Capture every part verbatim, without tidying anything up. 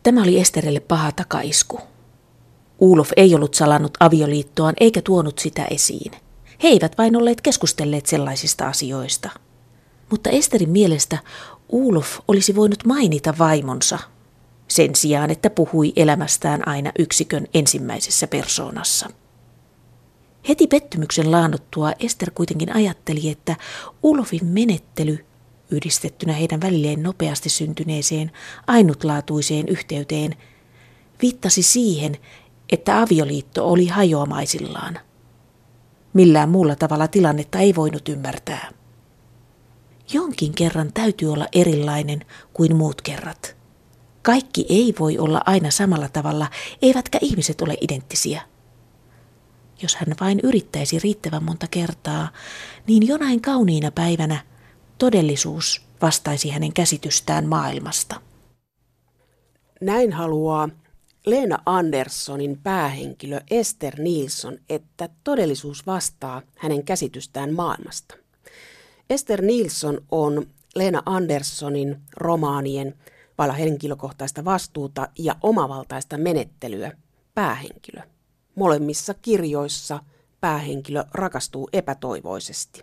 Tämä oli Esterille paha takaisku. Olof ei ollut salannut avioliittoaan eikä tuonut sitä esiin. He eivät vain olleet keskustelleet sellaisista asioista. Mutta Esterin mielestä Olof olisi voinut mainita vaimonsa, sen sijaan että puhui elämästään aina yksikön ensimmäisessä persoonassa. Heti pettymyksen laannuttua Ester kuitenkin ajatteli, että Olofin menettely yhdistettynä heidän välilleen nopeasti syntyneeseen ainutlaatuiseen yhteyteen viittasi siihen, että avioliitto oli hajoamaisillaan. Millään muulla tavalla tilannetta ei voinut ymmärtää. Jonkin kerran täytyy olla erilainen kuin muut kerrat. Kaikki ei voi olla aina samalla tavalla, eivätkä ihmiset ole identtisiä. Jos hän vain yrittäisi riittävän monta kertaa, niin jonain kauniina päivänä todellisuus vastaisi hänen käsitystään maailmasta. Näin haluaa Lena Anderssonin päähenkilö Ester Nilsson, että todellisuus vastaa hänen käsitystään maailmasta. Ester Nilsson on Lena Anderssonin romaanien vailla henkilökohtaista vastuuta ja omavaltaista menettelyä päähenkilö. Molemmissa kirjoissa päähenkilö rakastuu epätoivoisesti.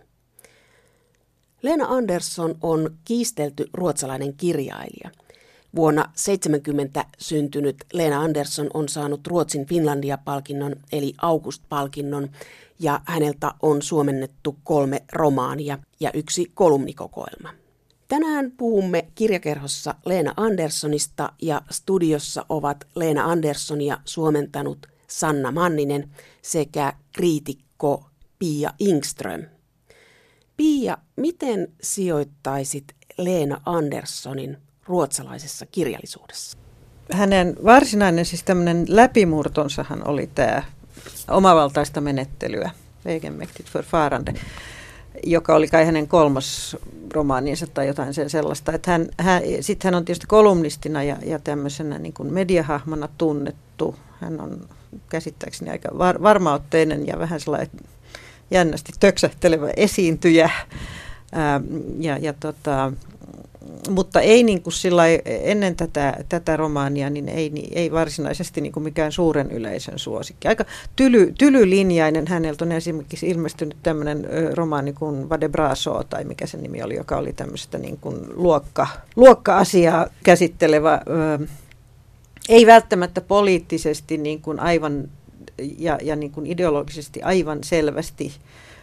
Lena Andersson on kiistelty ruotsalainen kirjailija. Vuonna seitsemänkymmentä syntynyt Lena Andersson on saanut Ruotsin Finlandia-palkinnon eli August-palkinnon ja häneltä on suomennettu kolme romaania ja yksi kolumnikokoelma. Tänään puhumme kirjakerhossa Lena Anderssonista ja studiossa ovat Lena Anderssonia suomentanut Sanna Manninen sekä kriitikko Pia Ingström. Pia, miten sijoittaisit Lena Anderssonin ruotsalaisessa kirjallisuudessa? Hänen varsinainen siis tämmöinen läpimurtonsahan oli tämä omavaltaista menettelyä, Egenmäktigt förfarande, joka oli kai hänen kolmas romaaninsa tai jotain sen sellaista. Että hän, hän, sitten hän on tietysti kolumnistina ja, ja tämmöisenä niin kuin mediahahmona tunnettu. Hän on käsittääkseni aika var, varmautteinen ja vähän sellainen jännästi töksähtelevä esiintyjä. Ää, ja, ja tota, mutta ei niin kuin sillai, ennen tätä, tätä romaania niin ei, niin ei varsinaisesti niin kuin mikään suuren yleisön suosikki. Aika tyly, tylylinjainen. Häneltä on esimerkiksi ilmestynyt tämmöinen romaani kuin Vad det bra så, tai mikä se nimi oli, joka oli tämmöistä niin kuin luokka, luokka-asiaa käsittelevä, ö, ei välttämättä poliittisesti niin kuin aivan ja, ja niin kuin ideologisesti aivan selvästi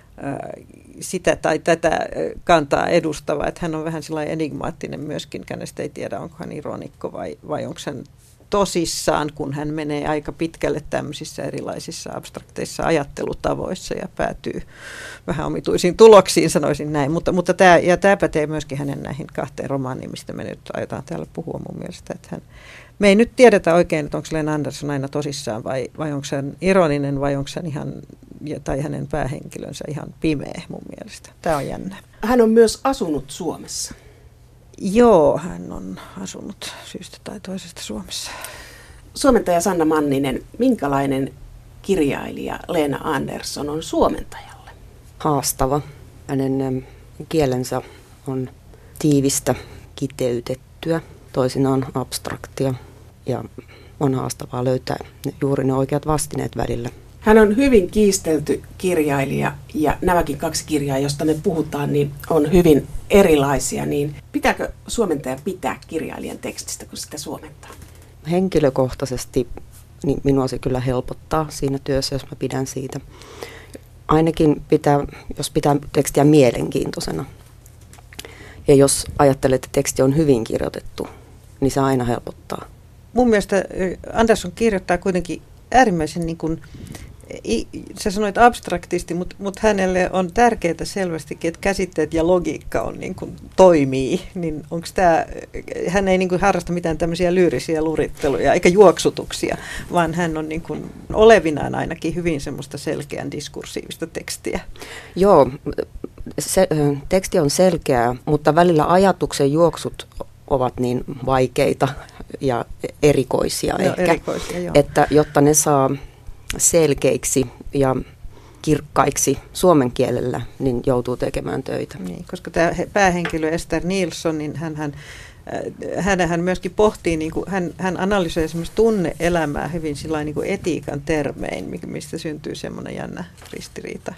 sitä tai tätä kantaa edustava, että hän on vähän sellainen enigmaattinen myöskin, hänestä ei tiedä, onko hän ironikko vai, vai onko hän tosissaan, kun hän menee aika pitkälle tämmöisissä erilaisissa abstrakteissa ajattelutavoissa ja päätyy vähän omituisiin tuloksiin, sanoisin näin. Mutta, mutta tämä, ja tämä pätee myöskin hänen näihin kahteen romaaniin, mistä me nyt aiotaan täällä puhua mun mielestä, että hän, me ei nyt tiedetä oikein, että onko Lena Andersson aina tosissaan vai, vai onko hän ironinen vai onko hän ihan, tai hänen päähenkilönsä ihan pimeä mun mielestä. Tämä on jännä. Hän on myös asunut Suomessa. Joo, hän on asunut syystä tai toisesta Suomessa. Suomentaja Sanna Manninen, minkälainen kirjailija Lena Andersson on suomentajalle? Haastava. Hänen kielensä on tiivistä, kiteytettyä, toisinaan abstraktia ja on haastavaa löytää juuri ne oikeat vastineet välillä. Hän on hyvin kiistelty kirjailija ja nämäkin kaksi kirjaa, josta me puhutaan, niin on hyvin erilaisia. Niin pitääkö suomentaja pitää kirjailijan tekstistä, kun sitä suomentaa? Henkilökohtaisesti niin minua se kyllä helpottaa siinä työssä, jos mä pidän siitä. Ainakin pitää, jos pitää tekstiä mielenkiintoisena. Ja jos ajattelee, että teksti on hyvin kirjoitettu, niin se aina helpottaa. Mun mielestä Andersson kirjoittaa kuitenkin äärimmäisen, niin kuin, sä sanoit abstraktisti, mutta, mutta hänelle on tärkeää selvästikin, että käsitteet ja logiikka on, niin kuin, toimii. Niin onko tämä, hän ei niin kuin, harrasta mitään tämmöisiä lyyrisiä luritteluja eikä juoksutuksia, vaan hän on niin kuin, olevinaan ainakin hyvin semmoista selkeän diskursiivista tekstiä. Joo, se, teksti on selkeää, mutta välillä ajatuksen juoksut ovat niin vaikeita ja erikoisia no, ehkä, erikoisia, että jotta ne saa selkeiksi ja kirkkaiksi suomen kielellä, niin joutuu tekemään töitä. Niin, koska tämä päähenkilö Ester Nilsson, niin hän, hän hän, hän myöskin pohtii, niin kuin, hän, hän analysoi esimerkiksi tunne-elämää hyvin sillain, niin kuin etiikan termein, mistä syntyy semmoinen jännä ristiriita.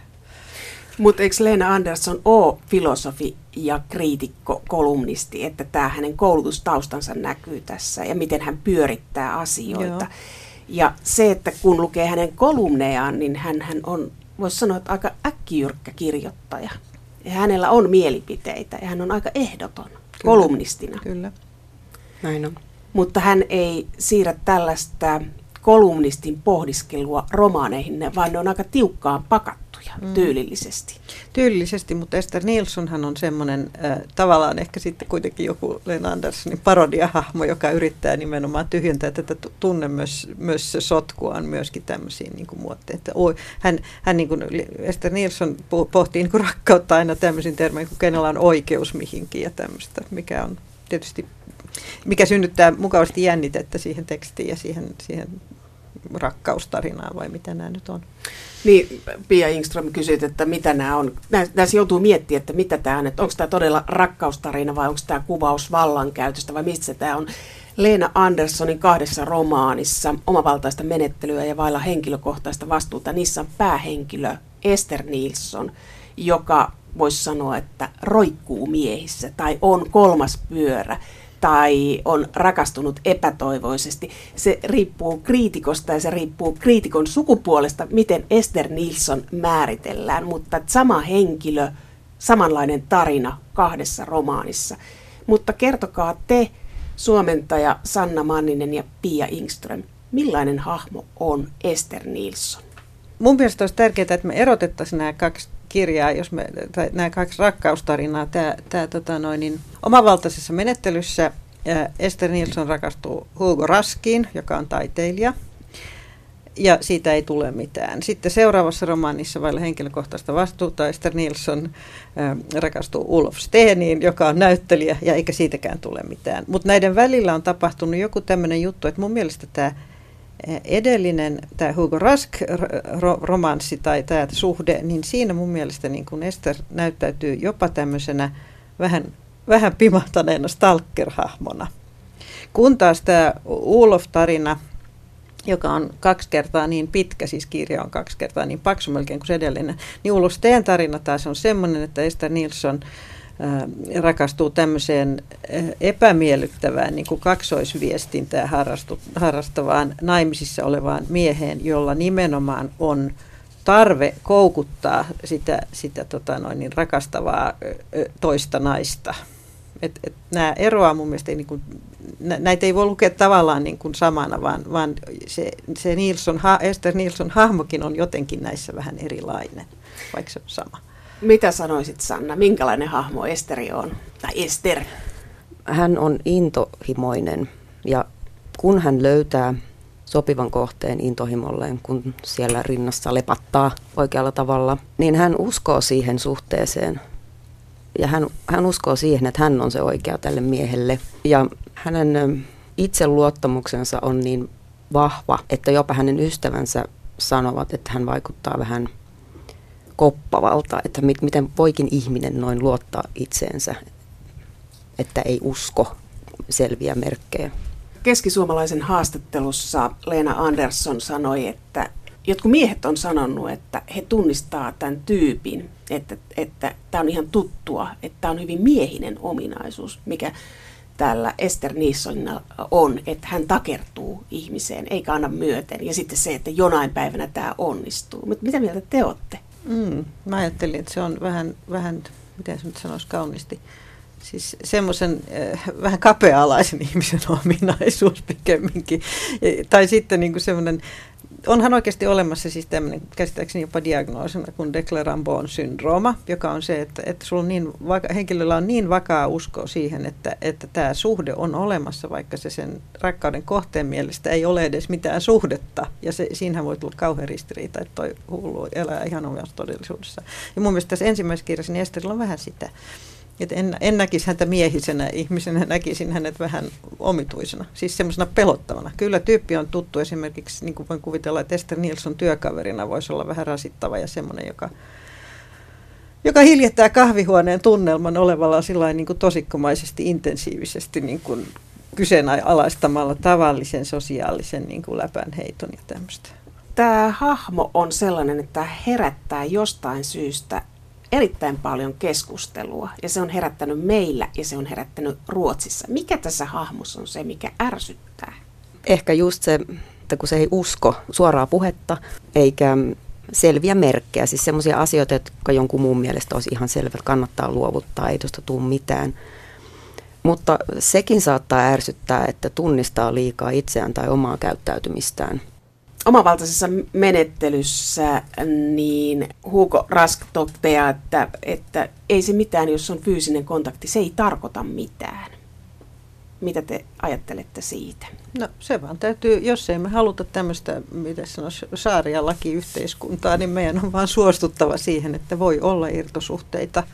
Mutta eikö Lena Andersson ole filosofi ja kriitikko, kolumnisti, että tämä hänen koulutustaustansa näkyy tässä ja miten hän pyörittää asioita. Joo. Ja se, että kun lukee hänen kolumnejaan, niin hän, hän on, voisi sanoa, että aika äkkijyrkkä kirjoittaja. Ja hänellä on mielipiteitä ja hän on aika ehdoton kyllä, kolumnistina. Kyllä, näin on. Mutta hän ei siirrä tällaista kolumnistin pohdiskelua romaaneihin, vaan ne on aika tiukkaan pakattuja mm. tyylillisesti. Tyylillisesti, mutta Ester Nilssonhan on semmoinen äh, tavallaan ehkä sitten kuitenkin joku Lena Anderssonin parodiahahmo, joka yrittää nimenomaan tyhjentää tätä tunne myös, myös sotkuaan myöskin tämmöisiin niin kuin muotteita. Hän, hän niin kuin Ester Nilsson pohtii niin kuin rakkautta aina tämmöisiin termein, kun kenellä on oikeus mihinkin ja tämmöistä, mikä on tietysti mikä synnyttää mukavasti jännitettä siihen tekstiin ja siihen, siihen rakkaustarinaan, vai mitä nämä nyt on? Niin, Pia Ingström kysyit, että mitä nämä on. Näissä joutuu miettimään, että mitä tämä on, että onko tämä todella rakkaustarina vai onko tämä kuvaus vallankäytöstä vai mistä tämä on. Lena Anderssonin kahdessa romaanissa omavaltaista menettelyä ja vailla henkilökohtaista vastuuta, niissä on päähenkilö Ester Nilsson, joka voisi sanoa, että roikkuu miehissä tai on kolmas pyörä tai on rakastunut epätoivoisesti. Se riippuu kriitikosta ja se riippuu kriitikon sukupuolesta, miten Ester Nilsson määritellään, mutta sama henkilö, samanlainen tarina kahdessa romaanissa. Mutta kertokaa te, suomentaja Sanna Manninen ja Pia Ingström, millainen hahmo on Ester Nilsson? Mun mielestä olisi tärkeää, että me erotettaisiin nämä kaksi kirjaa, jos me, tai nämä kaksi rakkaustarinaa. Tämä, tämä tota noin, niin, omavaltaisessa menettelyssä ää, Ester Nilsson rakastuu Hugo Raskiin, joka on taiteilija, ja siitä ei tule mitään. Sitten seuraavassa romaanissa vailla henkilökohtaista vastuuta Ester Nilsson ää, rakastuu Ulf Steniin, joka on näyttelijä, ja eikä siitäkään tule mitään. Mutta näiden välillä on tapahtunut joku tämmöinen juttu, että mun mielestä tämä edellinen, tämä Hugo Rask-romanssi tai tämä suhde, niin siinä mun mielestä niin kun Ester näyttäytyy jopa tämmöisenä vähän, vähän pimahtaneena stalker-hahmona. Kun taas tämä Olof-tarina, joka on kaksi kertaa niin pitkä, siis kirja on kaksi kertaa niin paksu melkein kuin se edellinen, niin Ulf Steen tarina taas on semmoinen, että Ester Nilsson rakastuu tämmöiseen epämiellyttävään niin kuin kaksoisviestintää harrastavaan naimisissa olevaan mieheen, jolla nimenomaan on tarve koukuttaa sitä, sitä tota noin, niin rakastavaa toista naista. Et, et nämä eroaa mun mielestä, niin kuin, näitä ei voi lukea tavallaan niin kuin samana, vaan, vaan se, se Nilsson, Ester Nilsson hahmokin on jotenkin näissä vähän erilainen, vaikka se on sama. Mitä sanoisit, Sanna? Minkälainen hahmo Esteri on? Tai Ester? Hän on intohimoinen ja kun hän löytää sopivan kohteen intohimolleen, kun siellä rinnassa lepattaa oikealla tavalla, niin hän uskoo siihen suhteeseen. Ja hän, hän uskoo siihen, että hän on se oikea tälle miehelle. Ja hänen itseluottamuksensa on niin vahva, että jopa hänen ystävänsä sanovat, että hän vaikuttaa vähän koppavalta, että miten voikin ihminen noin luottaa itseensä, että ei usko selviä merkkejä. Keskisuomalaisen haastattelussa Lena Andersson sanoi, että jotkut miehet on sanonut, että he tunnistaa tämän tyypin, että, että tämä on ihan tuttua, että tämä on hyvin miehinen ominaisuus, mikä täällä Ester Nilssonilla on, että hän takertuu ihmiseen, eikä anna myöten. Ja sitten se, että jonain päivänä tämä onnistuu. Mutta mitä mieltä te olette? Mm, mä ajattelin, että se on vähän, vähän miten se nyt sanoisi kauniisti, siis semmoisen äh, vähän kapea-alaisen ihmisen ominaisuus pikemminkin. Ja, tai sitten niin kuin semmoinen, onhan oikeasti olemassa siis tämmöinen käsittääkseni jopa diagnoosina kuin de Clermont-syndrooma, joka on se, että, että sulla on niin, vaka, henkilöllä on niin vakaa usko siihen, että, että tämä suhde on olemassa, vaikka se sen rakkauden kohteen mielestä ei ole edes mitään suhdetta. Ja se, siinähän voi tulla kauhean ristiriita, että toi hullu elää ihan omassa todellisuudessa. Ja mun mielestä tässä ensimmäisessä kirjassa niin Esterillä on vähän sitä. Että en, en näkisi häntä miehisenä ihmisenä, näkisin hänet vähän omituisena, siis semmoisena pelottavana. Kyllä tyyppi on tuttu esimerkiksi, niin kuin voin kuvitella, että Ester Nilsson työkaverina voisi olla vähän rasittava ja semmoinen, joka, joka hiljettää kahvihuoneen tunnelman olevalla sillain niin kuin tosikkomaisesti, intensiivisesti niin kuin kyseenalaistamalla tavallisen sosiaalisen niin kuin läpänheiton ja tämmöistä. Tämä hahmo on sellainen, että herättää jostain syystä erittäin paljon keskustelua, ja se on herättänyt meillä ja se on herättänyt Ruotsissa. Mikä tässä hahmossa on se, mikä ärsyttää? Ehkä just se, että kun se ei usko suoraa puhetta eikä selviä merkkejä, siis semmoisia asioita, jotka jonkun muun mielestä olisi ihan selvä, että kannattaa luovuttaa, ei tuosta tule mitään. Mutta sekin saattaa ärsyttää, että tunnistaa liikaa itseään tai omaa käyttäytymistään. Omavaltaisessa menettelyssä niin Hugo Rask toteaa, että, että ei se mitään, jos on fyysinen kontakti, se ei tarkoita mitään. Mitä te ajattelette siitä? No se vaan täytyy, jos ei me haluta tämmöistä, miten sanoisi, saaria lakiyhteiskuntaa, niin meidän on vaan suostuttava siihen, että voi olla irtosuhteita.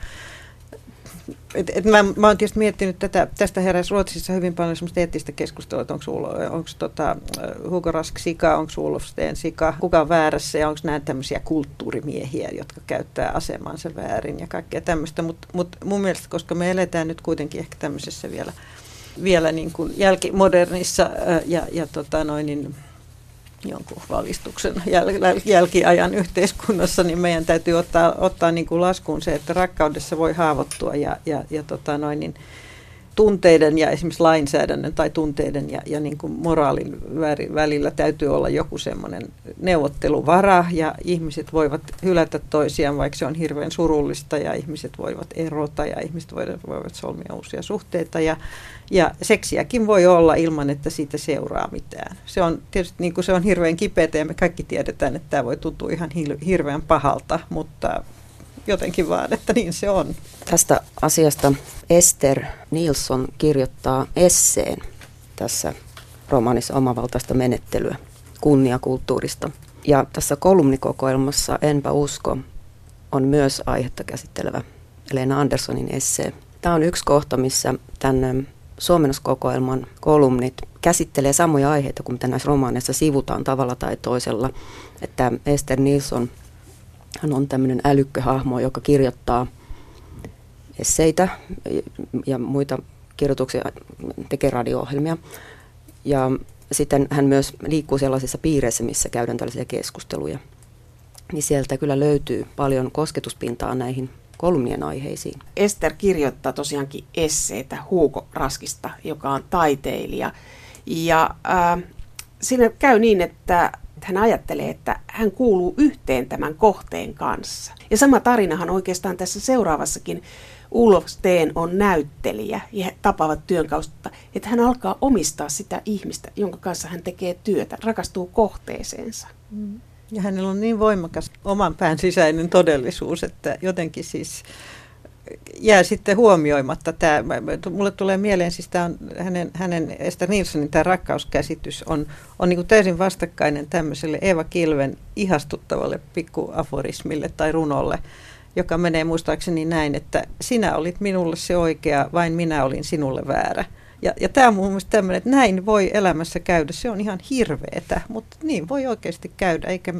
Et, et mä, mä oon tietysti miettinyt tätä, tästä heräsi Ruotsissa hyvin paljon semmoista eettistä keskustelua, että onko tota, Hugo Rask sika, onko Olof Steen sika, kuka on väärässä ja onko nämä tämmöisiä kulttuurimiehiä, jotka käyttää asemansa väärin ja kaikkea tämmöistä, mutta mut mun mielestä, koska me eletään nyt kuitenkin ehkä tämmöisessä vielä, vielä niin kuin jälkimodernissa ja, ja tota noin, niin jonkun valistuksen jäl- jälkiajan yhteiskunnassa, niin meidän täytyy ottaa, ottaa niin kuin laskuun se, että rakkaudessa voi haavoittua ja, ja, ja tota noin, niin tunteiden ja esimerkiksi lainsäädännön tai tunteiden ja, ja niin kuin moraalin välillä täytyy olla joku semmoinen neuvotteluvara ja ihmiset voivat hylätä toisiaan, vaikka se on hirveän surullista ja ihmiset voivat erota ja ihmiset voivat, voivat solmia uusia suhteita ja, ja seksiäkin voi olla ilman, että siitä seuraa mitään. Se on tietysti niin kuin se on hirveän kipeätä ja me kaikki tiedetään, että tämä voi tuntua ihan hirveän pahalta, mutta jotenkin vaan, että niin se on. Tästä asiasta Ester Nilsson kirjoittaa esseen tässä romaanissa Omavaltaista menettelyä kunniakulttuurista. Ja tässä kolumnikokoelmassa Enpä usko on myös aihetta käsittelevä Lena Anderssonin essee. Tämä on yksi kohta, missä tämän suomennoskokoelman kolumnit käsittelee samoja aiheita kuin mitä näissä romaaneissa sivutaan tavalla tai toisella. Että Ester Nilsson, hän on tämmöinen älykköhahmo, joka kirjoittaa esseitä ja muita kirjoituksia, tekee radio-ohjelmia. Ja sitten hän myös liikkuu sellaisissa piireissä, missä käydään tällaisia keskusteluja. Niin sieltä kyllä löytyy paljon kosketuspintaa näihin kolumnien aiheisiin. Ester kirjoittaa tosiaankin esseitä Hugo Raskista, joka on taiteilija. Ja äh, siinä käy niin, että hän ajattelee, että hän kuuluu yhteen tämän kohteen kanssa. Ja sama tarinahan oikeastaan tässä seuraavassakin. Olof Steen on näyttelijä ja he tapaavat työn kautta, että hän alkaa omistaa sitä ihmistä, jonka kanssa hän tekee työtä, rakastuu kohteeseensa. Ja hänellä on niin voimakas oman pään sisäinen todellisuus, että jotenkin siis jää sitten huomioimatta tämä. Mulle tulee mieleen, siis tämä on hänen, hänen Ester Nilssonin tämä rakkauskäsitys on, on niin kuin täysin vastakkainen tämmöiselle Eeva Kilven ihastuttavalle pikkuaforismille tai runolle, joka menee muistaakseni näin, että sinä olit minulle se oikea, vain minä olin sinulle väärä. Ja, ja tämä on mun mielestä tämmöinen, että näin voi elämässä käydä. Se on ihan hirveetä, mutta niin voi oikeasti käydä, eikä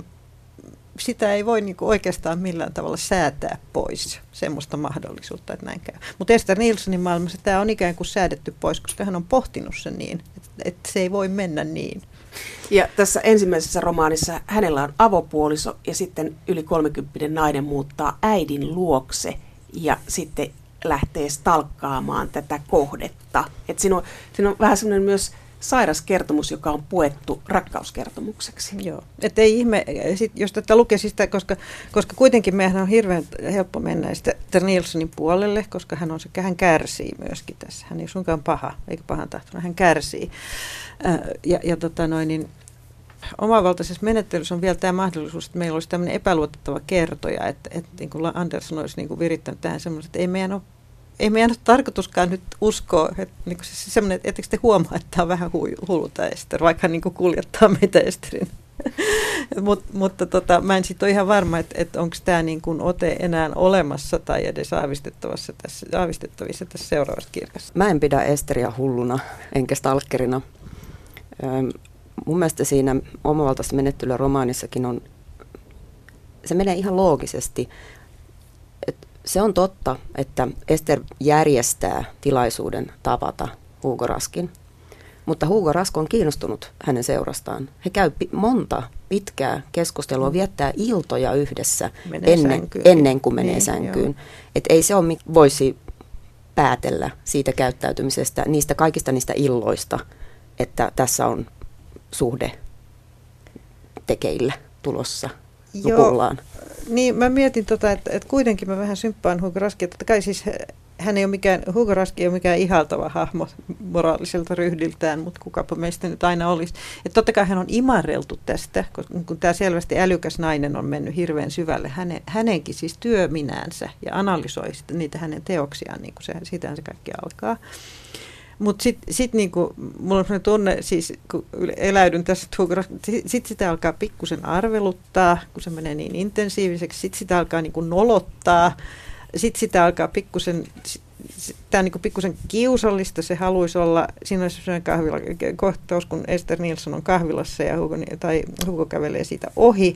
sitä ei voi niinku oikeastaan millään tavalla säätää pois, semmoista mahdollisuutta, että näin käy. Mutta Ester Nilssonin maailmassa tämä on ikään kuin säädetty pois, koska hän on pohtinut sen niin, että, että se ei voi mennä niin. Ja tässä ensimmäisessä romaanissa hänellä on avopuoliso ja sitten yli kolmekymppinen nainen muuttaa äidin luokse ja sitten lähtee stalkkaamaan tätä kohdetta. Et siinä, on, siinä on vähän semmoinen myös sairas kertomus, joka on puettu rakkauskertomukseksi. Joo, että ei ihme, sit, jos tätä lukee sitä, koska, koska kuitenkin meidän on hirveän helppo mennä Ester Nilssonin puolelle, koska hän on sekä hän kärsii myöskin tässä. Hän ei suinkaan paha, eikä pahan tahtona, hän kärsii. Äh, ja ja tota noin, niin omavaltaisessa menettelyssä on vielä tämä mahdollisuus, että meillä olisi tämmöinen epäluotettava kertoja, että, että niin kuin Andersson olisi niin kuin virittänyt tähän semmoisen, että ei meidän ole Ei meidän ole tarkoituskaan nyt uskoa, että niin se semmoinen, että etteikö te huomaa, että tämä on vähän hullu tämä Ester, vaikka hän niin kuin kuljettaa meitä Esterin. Mut, mutta tota, mä en sitten ole ihan varma, että, että onko tämä niin kuin ote enää olemassa tai edes aavistettavissa tässä, aavistettavissa tässä seuraavassa kirjassa. Mä en pidä Esteriä hulluna, enkä stalkerina. Öm, mun mielestä siinä omavaltaista menettelyä romaanissakin on, se menee ihan loogisesti. Se on totta, että Ester järjestää tilaisuuden tavata Hugo Raskin, mutta Hugo Rask on kiinnostunut hänen seurastaan. He käy pi- monta pitkää keskustelua, viettää iltoja yhdessä ennen, ennen kuin menee niin, sänkyyn. Et ei se ole, voisi päätellä siitä käyttäytymisestä, niistä kaikista niistä illoista, että tässä on suhde tekeillä tulossa lupullaan. Niin, mä mietin, tota, että, että kuitenkin mä vähän symppaan Hugo Raskia. Totta kai siis hän ei ole mikään, Hugo Rask ei ole mikään ihaltava hahmo moraaliselta ryhdiltään, mutta kukapa meistä nyt aina olisi. Että totta kai hän on imarreltu tästä, kun tämä selvästi älykäs nainen on mennyt hirveän syvälle hänen, hänenkin siis työminäänsä ja analysoi niitä hänen teoksiaan, niin kuin se, siitähän se kaikki alkaa. Mutta sitten sit niinku, mulla on sellainen tunne, siis kun eläydyn tässä, sitten sit sitä alkaa pikkusen arveluttaa, kun se menee niin intensiiviseksi, sitten sitä alkaa niinku nolottaa, sitten sitä alkaa pikkusen, tämä on niinku pikkusen kiusallista, se haluaisi olla, siinä on sellainen kahvila, kohtaus, kun Ester Nilsson on kahvilassa ja Hugo, tai Hugo kävelee siitä ohi.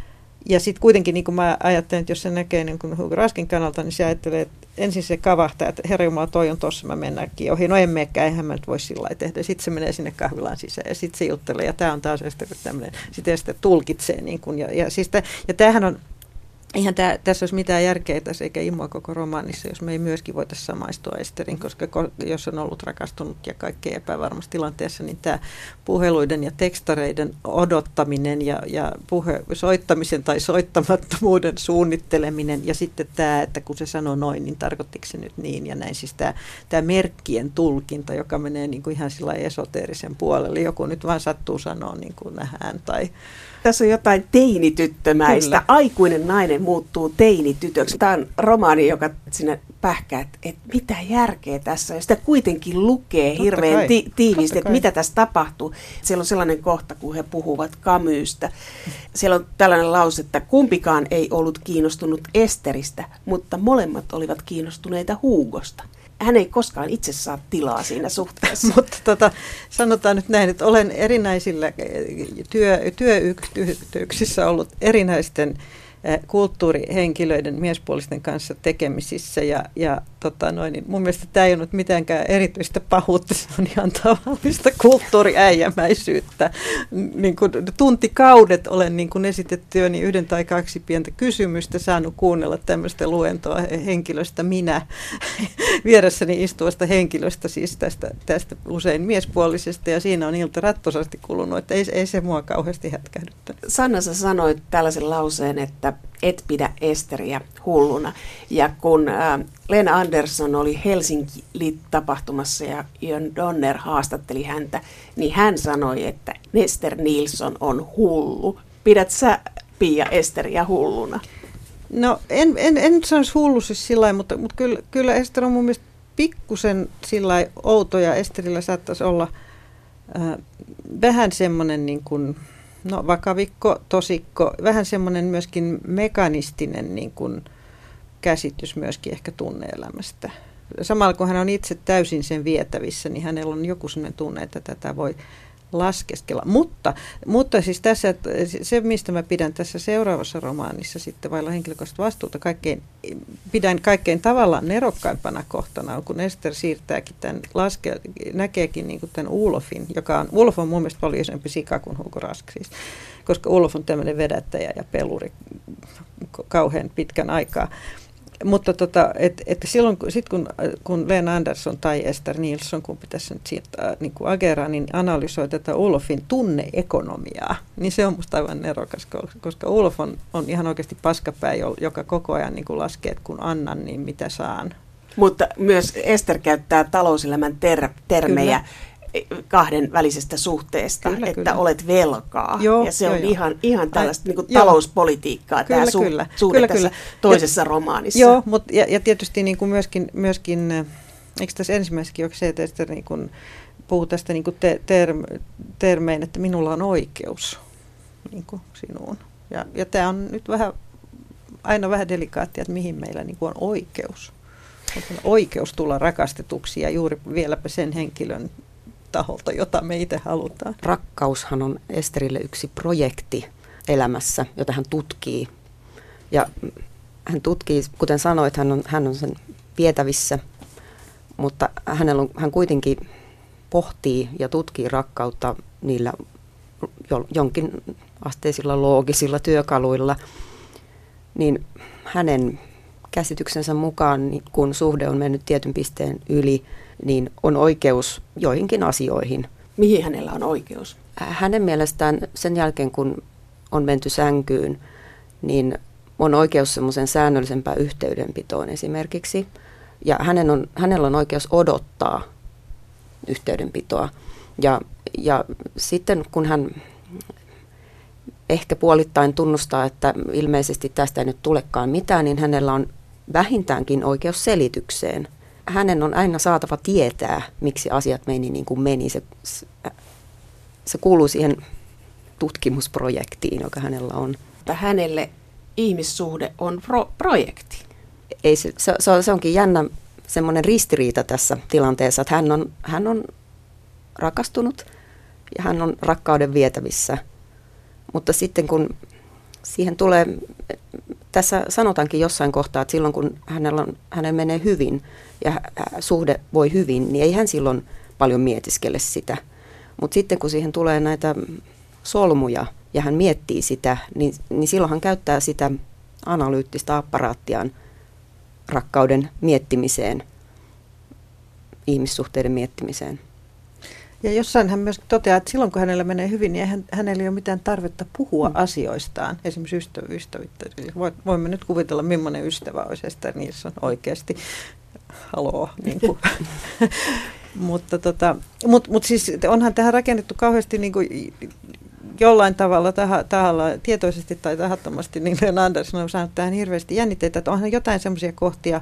Ja sitten kuitenkin, niin kuin mä ajattelen, että jos se näkee niin kuin Hugo Raskin kannalta, niin se ajattelee, että ensin se kavahtaa, että herra Jumala, toi on tossa, mä mennäänkin ohi. No en meekään, eihän mä nyt voi sillä lailla tehdä. Sitten se menee sinne kahvilaan sisään ja sitten se juttelee. Ja tämä on taas tämmöinen, sitten sitä tulkitsee. Niin kuin, ja, ja, siis tä, ja tämähän on, eihän tää, tässä olisi mitään järkeä tässä eikä imua koko romaanissa, jos me ei myöskin voitaisiin samaistua Esterin, koska jos on ollut rakastunut ja kaikkein epävarmassa tilanteessa, niin tämä puheluiden ja tekstareiden odottaminen ja, ja puhe, soittamisen tai soittamattomuuden suunnitteleminen ja sitten tämä, että kun se sanoo noin, niin tarkoittiko se nyt niin ja näin. Siis tämä, tämä merkkien tulkinta, joka menee niin kuin ihan sillä esoteerisen puolelle. Joku nyt vaan sattuu sanoa niin kuin nähdään tai... Tässä on jotain teinityttömäistä. Kyllä. Aikuinen nainen muuttuu teinitytöksi. Tämä on romaani, joka sinne pähkää, että, että mitä järkeä tässä on. Ja sitä kuitenkin lukee Totta hirveän ti- tiiviisti, että mitä tässä tapahtuu. Siellä on sellainen kohta, kun he puhuvat Camusta. Siellä on tällainen lause, että kumpikaan ei ollut kiinnostunut Esteristä, mutta molemmat olivat kiinnostuneita Hugosta. Hän ei koskaan itse saa tilaa siinä suhteessa. Mutta tota, sanotaan nyt näin, että olen erinäisillä työ, työyhteyksissä ollut erinäisten kulttuurihenkilöiden, miespuolisten kanssa tekemisissä ja, ja tota noin, niin mun mielestä tämä ei ole nyt mitenkään erityistä pahuutta, se on ihan tavallista kulttuuriäijämäisyyttä. Niin kuin tuntikaudet olen niin kuin esitettyäni yhden tai kaksi pientä kysymystä saanut kuunnella tämmöistä luentoa henkilöstä minä, vieressäni istuvasta henkilöstä, siis tästä, tästä usein miespuolisesta ja siinä on ilta rattosasti kulunut, että ei, ei se mua kauheasti hätkähdyttänyt. Sanna, sä sanoit tällaisen lauseen, että et pidä Esteriä hulluna. Ja kun äh, Lena Andersson oli Helsinki-tapahtumassa ja Jön Donner haastatteli häntä, niin hän sanoi, että Ester Nilsson on hullu. Pidät sä, Pia, Esteriä hulluna? No en, en, en nyt sanoisi hullu siis sillä lailla, mutta, mutta kyllä, kyllä Ester on mun mielestä pikkusen sillä lailla outo ja Esterillä saattaisi olla äh, vähän semmoinen niin kuin... No vakavikko, tosikko, vähän semmoinen myöskin mekanistinen niin kuin käsitys myöskin ehkä tunne-elämästä. Samalla kun hän on itse täysin sen vietävissä, niin hänellä on joku semmoinen tunne, että tätä voi laskeskella. Mutta, mutta siis tässä, se mistä mä pidän tässä seuraavassa romaanissa sitten vailla henkilökohtaista vastuuta, kaikkein, pidän kaikkein tavallaan nerokkaimpana kohtana on, kun Ester siirtääkin tämän, laske, näkeekin niin kuin tämän Olofin, joka on, Olof on mun mielestä paljon isompi sika kuin Hugo Rask siis, koska Olof on tämmöinen vedättäjä ja peluri kauhean pitkän aikaa. Mutta tota, et, et silloin sit kun, kun Lena Andersson tai Ester Nilsson, kumpi tässä nyt siitä niin kuin ageraa, niin analysoi tätä Olofin tunneekonomiaa, niin se on musta aivan nerokas, koska Olof on, on ihan oikeasti paskapää, joka koko ajan niin kuin laskee, että kun annan, niin mitä saan. Mutta myös Ester käyttää talouselämän ter- termejä. Kyllä. Kahden välisestä suhteesta, kyllä, että kyllä. Olet velkaa. Joo, ja se on jo, ihan, jo. ihan tällaista niin kuin talouspolitiikkaa, kyllä, tämä su- kyllä. suhde kyllä, tässä kyllä. toisessa ja, romaanissa. Joo, mutta ja, ja tietysti niin kuin myöskin, myöskin, eikö tässä ensimmäisessäkin ole se, että Ester niin kuin puhuu tästä niin kuin te, term, termein, että minulla on oikeus niin kuin sinuun. Ja, ja tämä on nyt vähän, aina vähän delikaattia, että mihin meillä niin kuin on oikeus. On oikeus tulla rakastetuksi ja juuri vieläpä sen henkilön taholta, jota me itse halutaan. Rakkaushan on Esterille yksi projekti elämässä, jota hän tutkii. Ja hän tutkii, kuten sanoit, hän on, hän on sen vietävissä, mutta hänellä on, hän kuitenkin pohtii ja tutkii rakkautta niillä jonkin asteisilla loogisilla työkaluilla, niin hänen käsityksensä mukaan, kun suhde on mennyt tietyn pisteen yli, niin on oikeus joihinkin asioihin. Mihin hänellä on oikeus? Hänen mielestään sen jälkeen, kun on menty sänkyyn, niin on oikeus semmoisen säännöllisempään yhteydenpitoon esimerkiksi. Ja hänen on, hänellä on oikeus odottaa yhteydenpitoa. Ja, ja sitten kun hän ehkä puolittain tunnustaa, että ilmeisesti tästä ei nyt tulekaan mitään, niin hänellä on vähintäänkin oikeus selitykseen. Hänen on aina saatava tietää, miksi asiat meni niin kuin meni. Se, se kuuluu siihen tutkimusprojektiin, joka hänellä on. Hänelle ihmissuhde on pro- projekti. Ei, se, se, se onkin jännä semmoinen ristiriita tässä tilanteessa, että hän on, hän on rakastunut ja hän on rakkauden vietävissä. Mutta sitten kun siihen tulee, tässä sanotaankin jossain kohtaa, että silloin kun hänellä on, hänen menee hyvin ja suhde voi hyvin, niin ei hän silloin paljon mietiskele sitä. Mutta sitten kun siihen tulee näitä solmuja ja hän miettii sitä, niin, niin silloin hän käyttää sitä analyyttistä apparaattiaan rakkauden miettimiseen, ihmissuhteiden miettimiseen. Ja jossain hän myös toteaa, että silloin kun hänellä menee hyvin, niin hän, hänellä ei ole mitään tarvetta puhua mm. asioistaan. Esimerkiksi ystävä, ystävyyttä. Voimme nyt kuvitella, millainen ystävä olisi Esther Nilsson oikeasti. Haloo. Niin kuin. mutta tota, mut, mut siis onhan tähän rakennettu kauheasti niin kuin jollain tavalla taha, tahalla, tietoisesti tai tahattomasti, niin Lena Andersson on saanut tähän hirveästi jännitteitä, että onhan jotain semmoisia kohtia,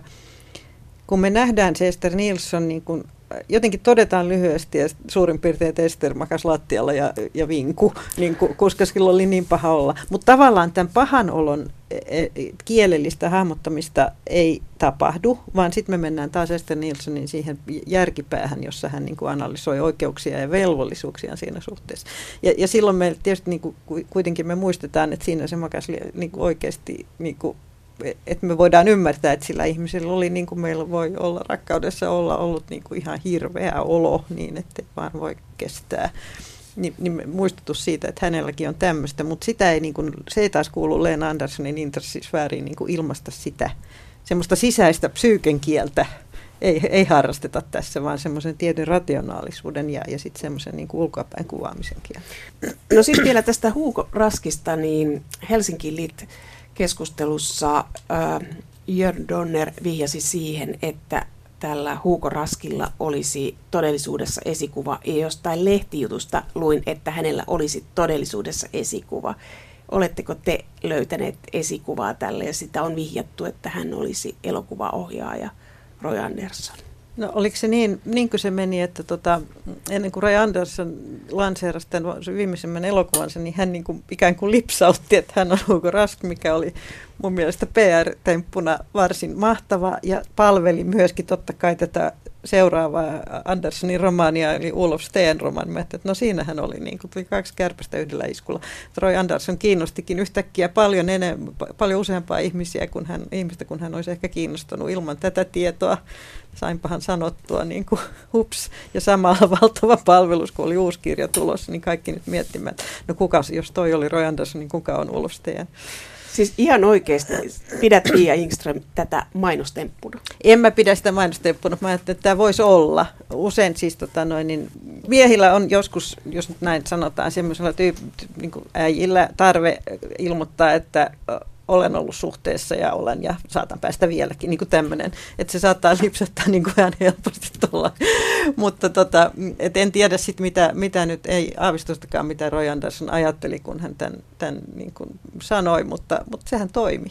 kun me nähdään se Esther Nilsson, niin kuin jotenkin todetaan lyhyesti ja suurin piirtein, että Ester makas lattialla ja, ja vinku, niin kuin, koska sillä oli niin paha olla. Mutta tavallaan tämän pahan olon kielellistä hahmottamista ei tapahdu, vaan sitten me mennään taas Esther Nilssonin siihen järkipäähän, jossa hän niin kuin analysoi oikeuksia ja velvollisuuksia siinä suhteessa. Ja, ja silloin me tietysti niin kuin, kuitenkin me muistetaan, että siinä se makas niin kuin oikeasti niin kuin että me voidaan ymmärtää, että sillä ihmisellä oli, niin kuin meillä voi olla rakkaudessa olla ollut niin kuin ihan hirveä olo, niin että vaan voi kestää. Ni, niin muistutus siitä, että hänelläkin on tämmöistä, mutta sitä ei, niin kuin, se ei taas kuulu Lena Anderssonin intressisfääriin niin kuin ilmaista sitä, semmoista sisäistä psyyken kieltä. Ei, ei harrasteta tässä, vaan semmoisen tietyn rationaalisuuden ja, ja sitten semmoisen niin kuin ulkoapäin kuvaamisen kieltä. No sitten vielä tästä Hugo Raskista, niin Helsinki Lit keskustelussa äh, Jörn Donner vihjasi siihen, että tällä Hugo Raskilla olisi todellisuudessa esikuva. Ja jostain lehtijutusta luin, että hänellä olisi todellisuudessa esikuva. Oletteko te löytäneet esikuvaa tälle ja sitä on vihjattu, että hän olisi elokuvaohjaaja Roy Andersson? No oliko se niin, niin kuin se meni, että tota, ennen kuin Roy Andersson lanseerasi tämän viimeisimmän elokuvansa, niin hän niin kuin, ikään kuin lipsautti, että hän on Hugo Rask, mikä oli mun mielestä P R-temppuna varsin mahtava ja palveli myöskin totta kai tätä seuraavaa Anderssonin romaania, eli Olof Steen romaani. Mä ajattelin, että no siinähän oli niin kuin, tuli kaksi kärpästä yhdellä iskulla. Roy Andersson kiinnostikin yhtäkkiä paljon, enemmän, paljon useampaa ihmisiä kuin hän, ihmistä, kun hän olisi ehkä kiinnostunut ilman tätä tietoa. Sainpahan sanottua, niin kuin hups, ja samalla valtava palvelus, kun oli uusi kirja tulossa, niin kaikki nyt miettimään, että no kuka, jos toi oli Roy Andersson, niin kuka on Olof Steen? Siis ihan oikeasti pidät Pia Ingström tätä mainostemppuna? En mä pidä sitä mainostemppuna, mä ajattelin, että tämä voisi olla. Usein siis tota noin, niin miehillä on joskus, jos nyt näin sanotaan, semmoisella tyyp- niin kuin äijillä tarve ilmoittaa, että olen ollut suhteessa ja olen ja saatan päästä vieläkin, niin kuin tämmöinen, että se saattaa lipsattaa niin kuin ihan helposti tuolla. Mutta tota, et en tiedä sitten mitä, mitä nyt, ei aavistustakaan mitä Roy Andersson ajatteli, kun hän tämän, tämän niin kuin sanoi, mutta, mutta sehän toimi.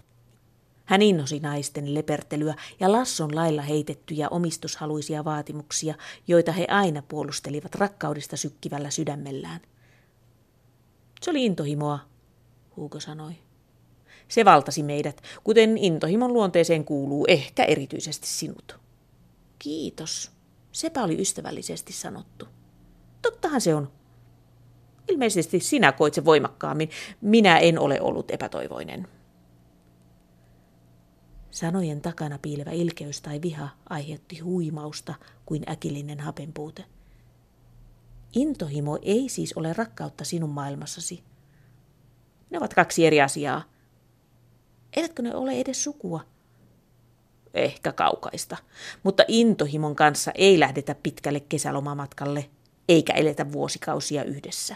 Hän innosi naisten lepertelyä ja Lasson lailla heitettyjä omistushaluisia vaatimuksia, joita he aina puolustelivat rakkaudesta sykkivällä sydämellään. Se oli intohimoa, Hugo sanoi. Se valtasi meidät, kuten intohimon luonteeseen kuuluu, ehkä erityisesti sinut. Kiitos. Sepä oli ystävällisesti sanottu. Tottahan se on. Ilmeisesti sinä koit se voimakkaammin. Minä en ole ollut epätoivoinen. Sanojen takana piilevä ilkeys tai viha aiheutti huimausta kuin äkillinen hapenpuute. Intohimo ei siis ole rakkautta sinun maailmassasi. Ne ovat kaksi eri asiaa. Eivätkö ne ole edes sukua? Ehkä kaukaista, mutta intohimon kanssa ei lähdetä pitkälle kesälomamatkalle, eikä eletä vuosikausia yhdessä.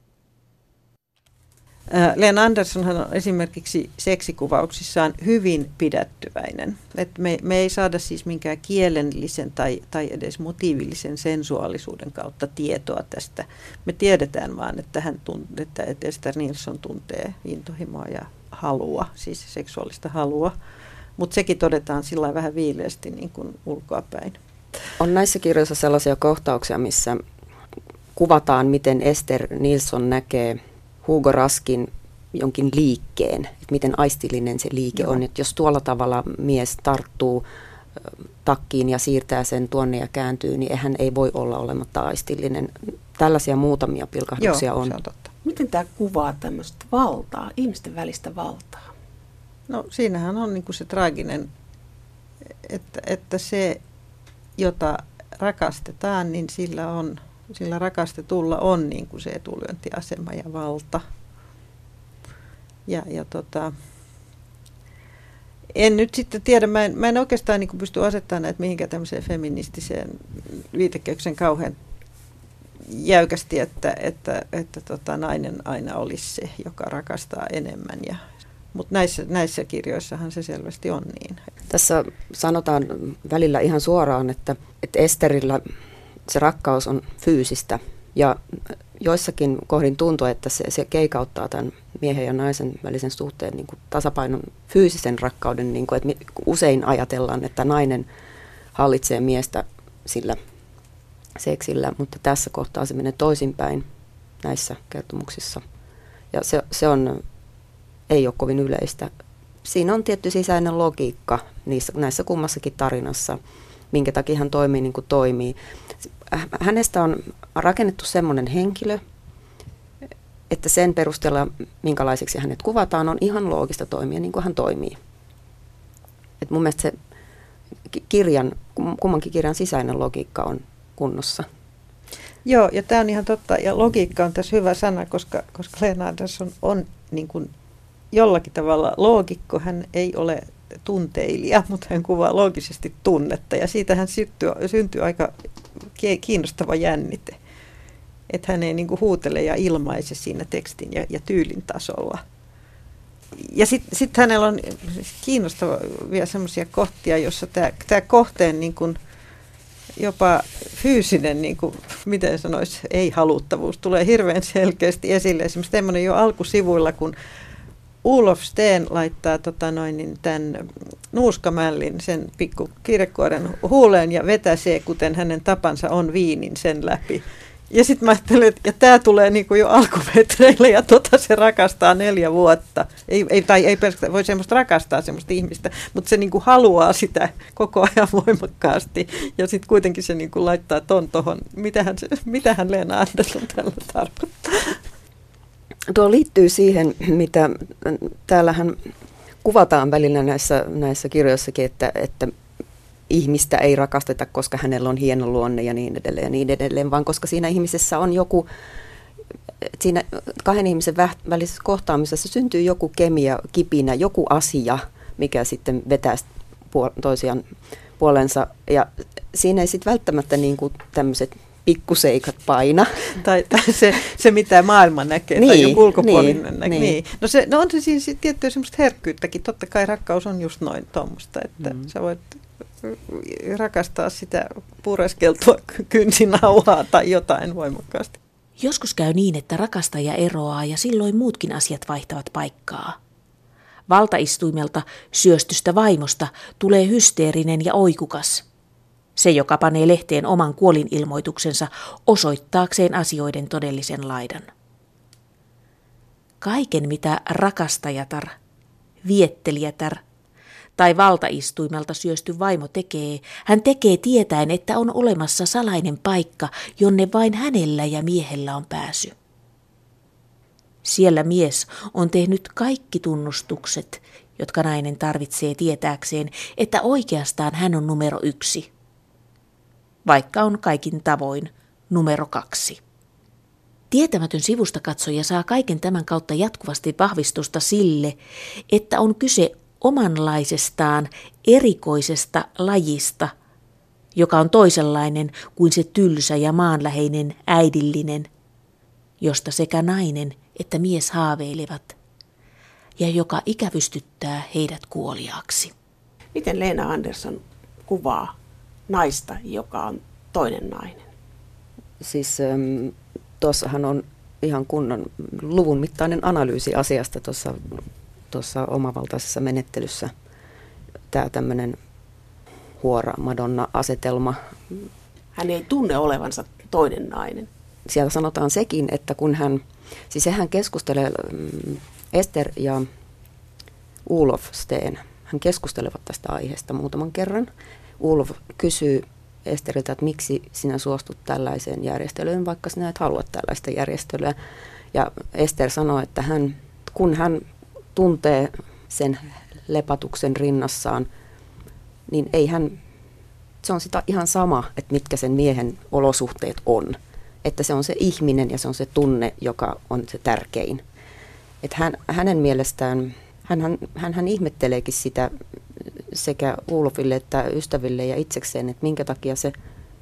Lena Anderssonhan on esimerkiksi seksikuvauksissaan hyvin pidättyväinen. Et me, me ei saada siis minkään kielellisen tai, tai edes motiivillisen sensuaalisuuden kautta tietoa tästä. Me tiedetään vaan, että, hän tunt, että Ester Nilsson tuntee intohimoa ja halua, siis seksuaalista halua. Mutta sekin todetaan sillä vähän viileästi niin kuin ulkoapäin. On näissä kirjoissa sellaisia kohtauksia, missä kuvataan, miten Ester Nilsson näkee Hugo Raskin jonkin liikkeen, että miten aistillinen se liike Joo. on. Että jos tuolla tavalla mies tarttuu takkiin ja siirtää sen tuonne ja kääntyy, niin hän ei voi olla olematta aistillinen. Tällaisia muutamia pilkahduksia Joo, on. Se on totta. Miten tämä kuvaa tämmöistä valtaa, ihmisten välistä valtaa? No siinähän on niin kuin se traaginen, että, että se, jota rakastetaan, niin sillä on, sillä rakastetulla on niin kuin se etulyöntiasema ja valta. Ja, ja tota, en nyt sitten tiedä, mä en, mä en oikeastaan niin kuin pysty asettamaan näitä mihinkään tämmöiseen feministiseen viitekeyksen kauhean jäykästi, että, että, että tota, nainen aina olisi se, joka rakastaa enemmän. Ja, mutta näissä, näissä kirjoissahan se selvästi on niin. Tässä sanotaan välillä ihan suoraan, että, että Esterillä se rakkaus on fyysistä ja joissakin kohdin tuntuu, että se, se keikauttaa tämän miehen ja naisen välisen suhteen niin kuin tasapainon fyysisen rakkauden, niin kuin, että usein ajatellaan, että nainen hallitsee miestä sillä seksillä, mutta tässä kohtaa se menee toisinpäin näissä kertomuksissa. Ja se, se on, ei ole kovin yleistä. Siinä on tietty sisäinen logiikka niissä, näissä kummassakin tarinassa, minkä takia hän toimii niin kuin toimii. Hänestä on rakennettu semmoinen henkilö, että sen perusteella, minkälaiseksi hänet kuvataan, on ihan loogista toimia niin kuin hän toimii. Et mun mielestä se kirjan, kummankin kirjan sisäinen logiikka on kunnossa. Joo, ja tämä on ihan totta. Ja logiikka on tässä hyvä sana, koska, koska Lena Andersson on niin kuin jollakin tavalla loogikko. Hän ei ole tunteilija, mutta hän kuvaa loogisesti tunnetta. Ja siitähän syntyy, syntyy aika kiinnostava jännite. Että hän ei niin kuin huutele ja ilmaise siinä tekstin ja, ja tyylin tasolla. Ja sitten sit hänellä on kiinnostavia semmoisia kohtia, jossa tämä kohteen niin kuin jopa fyysinen, niin kuin, miten sanoisi, ei-haluttavuus tulee hirveän selkeästi esille. Esimerkiksi tämmöinen jo alkusivuilla, kun Olof Sten laittaa tota noin, niin tämän nuuskamällin sen pikku kirjekuoren huuleen ja vetäsee, kuten hänen tapansa on, viinin sen läpi. Ja sitten mä ajattelen, että tämä tulee niinku jo alkumetreille ja tota se rakastaa neljä vuotta. Ei, ei, tai ei pelkästään voi semmoista rakastaa semmoista ihmistä, mutta se niinku haluaa sitä koko ajan voimakkaasti. Ja sitten kuitenkin se niinku laittaa ton tohon. Mitähän, se, mitähän Lena Andersson tällä tarkoittaa? Tuo liittyy siihen, mitä täällähän kuvataan välillä näissä, näissä kirjoissakin, että, että ihmistä ei rakasteta, koska hänellä on hieno luonne ja niin edelleen ja niin edelleen, vaan koska siinä ihmisessä on joku, siinä kahden ihmisen välisessä kohtaamisessa syntyy joku kemia, kipinä, joku asia, mikä sitten vetää toisiaan puolensa. Ja siinä ei sitten välttämättä niin kuin tämmöiset pikkuseikat paina. Tai, tai se, se, mitä maailma näkee, niin, tai joku ulkopuolinen niin, näkee. Niin. Niin. No, se, no on se siinä tiettyä semmoista herkkyyttäkin. Totta kai rakkaus on just noin tuommoista, että mm. sä voit rakastaa sitä pureskeltua kynsinauhaa tai jotain voimakkaasti. Joskus käy niin, että rakastaja eroaa ja silloin muutkin asiat vaihtavat paikkaa. Valtaistuimelta syöstystä vaimosta tulee hysteerinen ja oikukas. Se, joka panee lehteen oman kuolinilmoituksensa osoittaakseen asioiden todellisen laidan. Kaiken, mitä rakastajatar, viettelijätar tai valtaistuimelta syösty vaimo tekee, hän tekee tietäen, että on olemassa salainen paikka, jonne vain hänellä ja miehellä on pääsy. Siellä mies on tehnyt kaikki tunnustukset jotka nainen tarvitsee tietääkseen, että oikeastaan hän on numero yksi, vaikka on kaikin tavoin numero kaksi. Tietämätön sivustakatsoja saa kaiken tämän kautta jatkuvasti vahvistusta sille, että on kyse omanlaisestaan erikoisesta lajista, joka on toisenlainen kuin se tylsä ja maanläheinen äidillinen, josta sekä nainen että mies haaveilevat, ja joka ikävystyttää heidät kuoliaaksi. Miten Lena Andersson kuvaa naista, joka on toinen nainen? Siis ähm, tuossahan on ihan kunnon luvun mittainen analyysi asiasta tuossa, tuossa omavaltaisessa menettelyssä. Tämä tämmöinen huora Madonna-asetelma. Hän ei tunne olevansa toinen nainen. Siellä sanotaan sekin, että kun hän, siis sehän keskustelee, Ester ja Olof Steen, hän keskustelevat tästä aiheesta muutaman kerran. Olof kysyy Esteriltä, että miksi sinä suostut tällaiseen järjestelyyn, vaikka sinä et halua tällaista järjestelyä. Ja Ester sanoo, että hän, kun hän tuntee sen lepatuksen rinnassaan, niin ei hän, se on sitä ihan sama, että mitkä sen miehen olosuhteet on. Että se on se ihminen ja se on se tunne, joka on se tärkein. Että hän, hänen mielestään, hän, hän, hän ihmetteleekin sitä sekä Olofille että ystäville ja itsekseen, että minkä takia se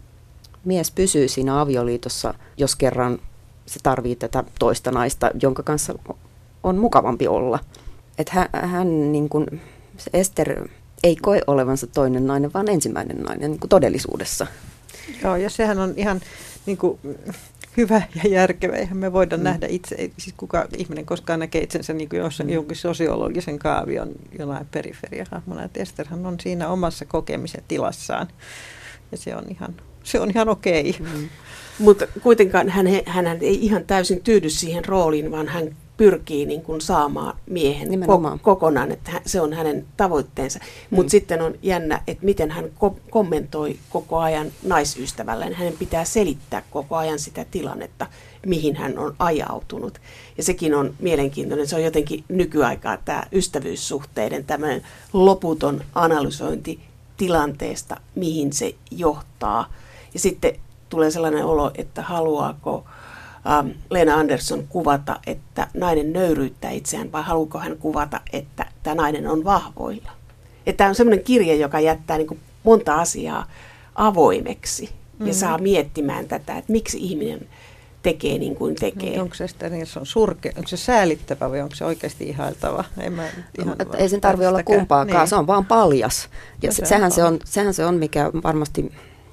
mies pysyy siinä avioliitossa, jos kerran se tarvitsee tätä toista naista, jonka kanssa on mukavampi olla. Että hän, hän niin kuin, se Ester ei koe olevansa toinen nainen, vaan ensimmäinen nainen niin kuin todellisuudessa. Joo, ja sehän on ihan niin kuin hyvä ja järkevä. Eihän me voida mm. nähdä itse, siis kuka ihminen koskaan näkee itsensä niin kuin jossain mm. jonkin sosiologisen kaavion jollain periferiahahmona. Että Esterhän on siinä omassa kokemisen tilassaan ja se on ihan, se on ihan okei. Mm. Mutta kuitenkaan hän, hän ei ihan täysin tyydy siihen rooliin, vaan hän pyrkii niin kuin saamaan miehen ko- kokonaan, että hän, se on hänen tavoitteensa. Mm. Mutta sitten on jännä, että miten hän ko- kommentoi koko ajan naisystävälleen. Hänen pitää selittää koko ajan sitä tilannetta, mihin hän on ajautunut. Ja sekin on mielenkiintoinen. Se on jotenkin nykyaikaa tämä ystävyyssuhteiden tämmöinen loputon analysointi tilanteesta, mihin se johtaa. Ja sitten tulee sellainen olo, että haluaako ähm, Lena Andersson kuvata, että nainen nöyryyttää itseään, vai haluaako hän kuvata, että tämä nainen on vahvoilla. Että tämä on sellainen kirja, joka jättää niin kuin monta asiaa avoimeksi mm-hmm. ja saa miettimään tätä, että miksi ihminen tekee niin kuin tekee. Onko se, se on surke, onko se säälittävä vai onko se oikeasti ihailtava? En mä ihan no, ei sen tarvitse olla kumpaakaan, niin. Se on vaan paljas. Ja no, se sehän, se on, sehän se on, mikä varmasti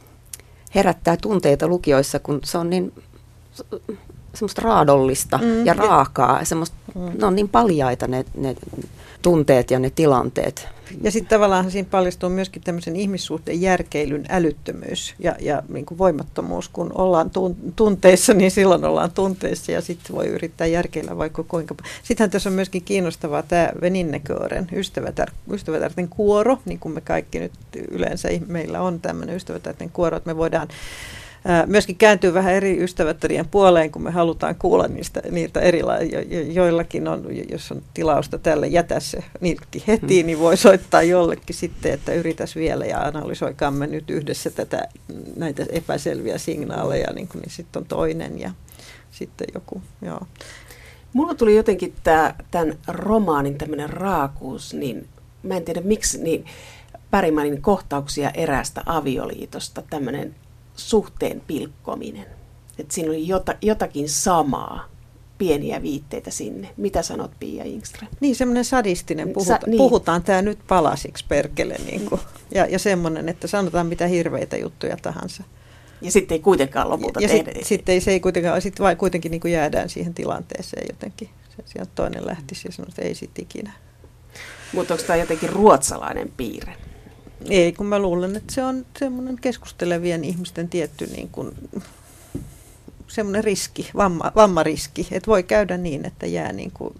herättää tunteita lukijoissa, kun se on niin semmoista raadollista mm, ja raakaa. Ja semmoista, mm. Ne on niin paljaita ne, ne tunteet ja ne tilanteet. Ja sitten tavallaan siinä paljastuu myöskin tämmöisen ihmissuhteen järkeilyn älyttömyys ja, ja niin kuin voimattomuus. Kun ollaan tunteissa, niin silloin ollaan tunteissa ja sitten voi yrittää järkeillä vaikka kuinka. Sittenhän tässä on myöskin kiinnostavaa tämä Väninnekören, ystävätär, ystävätärten kuoro, niin kuin me kaikki nyt yleensä meillä on tämmöinen ystävätärten kuoro, että me voidaan myöskin kääntyy vähän eri ystävättärien puoleen, kun me halutaan kuulla niistä, niitä erilaisia. Joillakin on, jos on tilausta tälle, jätä se nilkki heti, niin voi soittaa jollekin sitten, että yritäs vielä ja analysoikaamme nyt yhdessä tätä, näitä epäselviä signaaleja, niin, niin sitten on toinen ja sitten joku, joo. Mulla tuli jotenkin tää, tämän romaanin tämmöinen raakuus, niin mä en tiedä miksi, niin Bergmanin kohtauksia eräästä avioliitosta, tämmöinen suhteen pilkkominen. Että siinä oli jota, jotakin samaa, pieniä viitteitä sinne. Mitä sanot, Pia Ingström? Niin, semmoinen sadistinen, puhuta, Sa, niin. puhutaan tämä nyt palasiksi perkele. Niin kuin, ja, ja semmoinen, että sanotaan mitä hirveitä juttuja tahansa. Ja sitten ei kuitenkaan lopulta ja, ja tehdä. Sitten sit ei, se ei kuitenkaan, sit vai kuitenkin niin kuin jäädään siihen tilanteeseen jotenkin. Se, sieltä toinen lähtisi ja sanoo, että ei sit ikinä. Mutta onko tämä jotenkin ruotsalainen piirre? Ei, kun mä luulen, että se on semmoinen keskustelevien ihmisten tietty niin kuin, semmoinen riski, vamma, vammariski, että voi käydä niin, että jää niin kuin,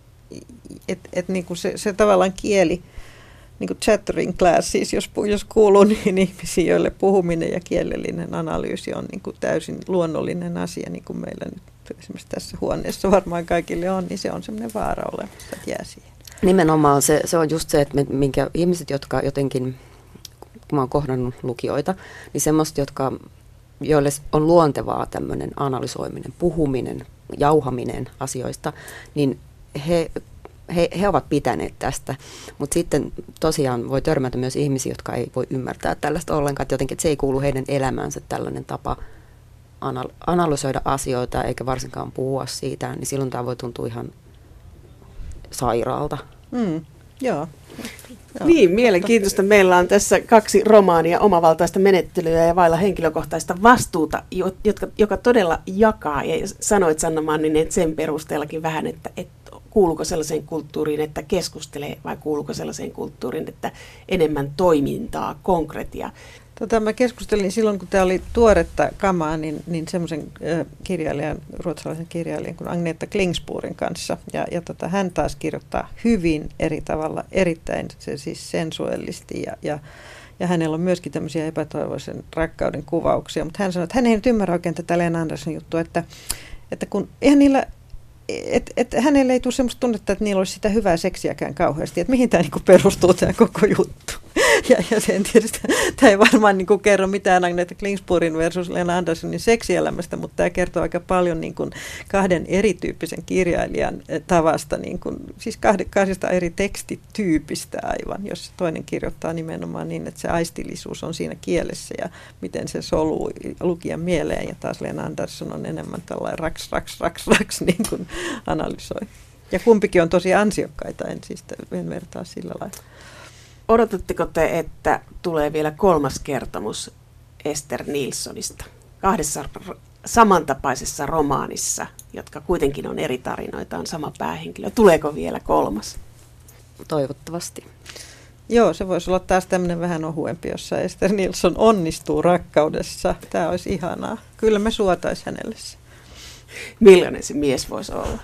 että et niin kuin se, se tavallaan kieli, niin kuin chattering class, siis jos, jos kuuluu niin ihmisiin, joille puhuminen ja kielellinen analyysi on niin kuin täysin luonnollinen asia, niin kuin meillä nyt esimerkiksi tässä huoneessa varmaan kaikille on, niin se on semmoinen vaara olemassa, että jää siihen. Nimenomaan se, se on just se, että me, minkä ihmiset, jotka jotenkin, kun mä oon kohdannut lukijoita, niin semmoiset, jotka, joille on luontevaa tämmöinen analysoiminen, puhuminen, jauhaminen asioista, niin he, he, he ovat pitäneet tästä. Mutta sitten tosiaan voi törmätä myös ihmisiä, jotka ei voi ymmärtää tällaista ollenkaan, että jotenkin että se ei kuulu heidän elämäänsä tällainen tapa analysoida asioita eikä varsinkaan puhua siitä, niin silloin tämä voi tuntua ihan sairaalta. Mm, joo. Joo. Niin, mielenkiintoista. Meillä on tässä kaksi romaania, omavaltaista menettelyä ja vailla henkilökohtaista vastuuta, jotka, joka todella jakaa. Ja sanoit Sanna Manninen sen perusteellakin vähän, että, että kuuluuko sellaiseen kulttuuriin, että keskustelee vai kuuluuko sellaiseen kulttuuriin, että enemmän toimintaa, konkretia. Tota, mä keskustelin silloin, kun tämä oli tuoretta kamaa, niin, niin semmoisen äh, kirjailijan, ruotsalaisen kirjailijan kuin Agneta Klingsburin kanssa. Ja, ja tota, hän taas kirjoittaa hyvin eri tavalla, erittäin se, siis sensuellisti ja, ja, ja hänellä on myöskin tämmöisiä epätoivoisen rakkauden kuvauksia. Mutta hän sanoi, että hän ei nyt ymmärrä oikein tätä Lena Anderssonin juttua, että, että kun eihän niillä... Et, et hänelle ei tule sellaista tunnetta, että niillä olisi sitä hyvää seksiäkään kauheasti, että mihin tämä niinku perustuu tämä koko juttu. Ja, ja sen tietysti, tämä ei varmaan niinku kerro mitään Agneta Klingsburin versus Lena Anderssonin seksielämästä, mutta tämä kertoo aika paljon niinku kahden erityyppisen kirjailijan tavasta, niinku, siis kahdesta eri tekstityypistä aivan, jos toinen kirjoittaa nimenomaan niin, että se aistillisuus on siinä kielessä ja miten se soluu lukijan mieleen, ja taas Lena Andersson on enemmän tällainen raks, raks, raks, raks, niin kuin analysoi. Ja kumpikin on tosi ansiokkaita, en siis en vertaa sillä lailla. Odotatteko te, että tulee vielä kolmas kertomus Ester Nilssonista? Kahdessa samantapaisessa romaanissa, jotka kuitenkin on eri tarinoita, on sama päähenkilö. Tuleeko vielä kolmas? Toivottavasti. Joo, se voisi olla taas tämmöinen vähän ohuempi, jossa Ester Nilsson onnistuu rakkaudessa. Tämä olisi ihanaa. Kyllä me suotaisiin hänelle se. Millainen se mies voisi olla?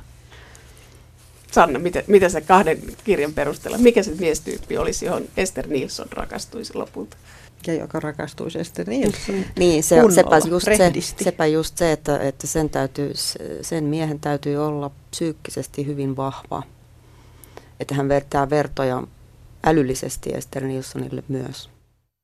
Sanna, mitä, mitä se kahden kirjan perusteella, mikä se miestyyppi olisi, johon Ester Nilsson rakastuisi lopulta? Ja joka rakastuisi Ester Nilsson. Niin, se, sepä, just se, sepä just se, että, että sen, täytyy, sen miehen täytyy olla psyykkisesti hyvin vahva. Että hän vertaa vertoja älyllisesti Ester Nilssonille myös.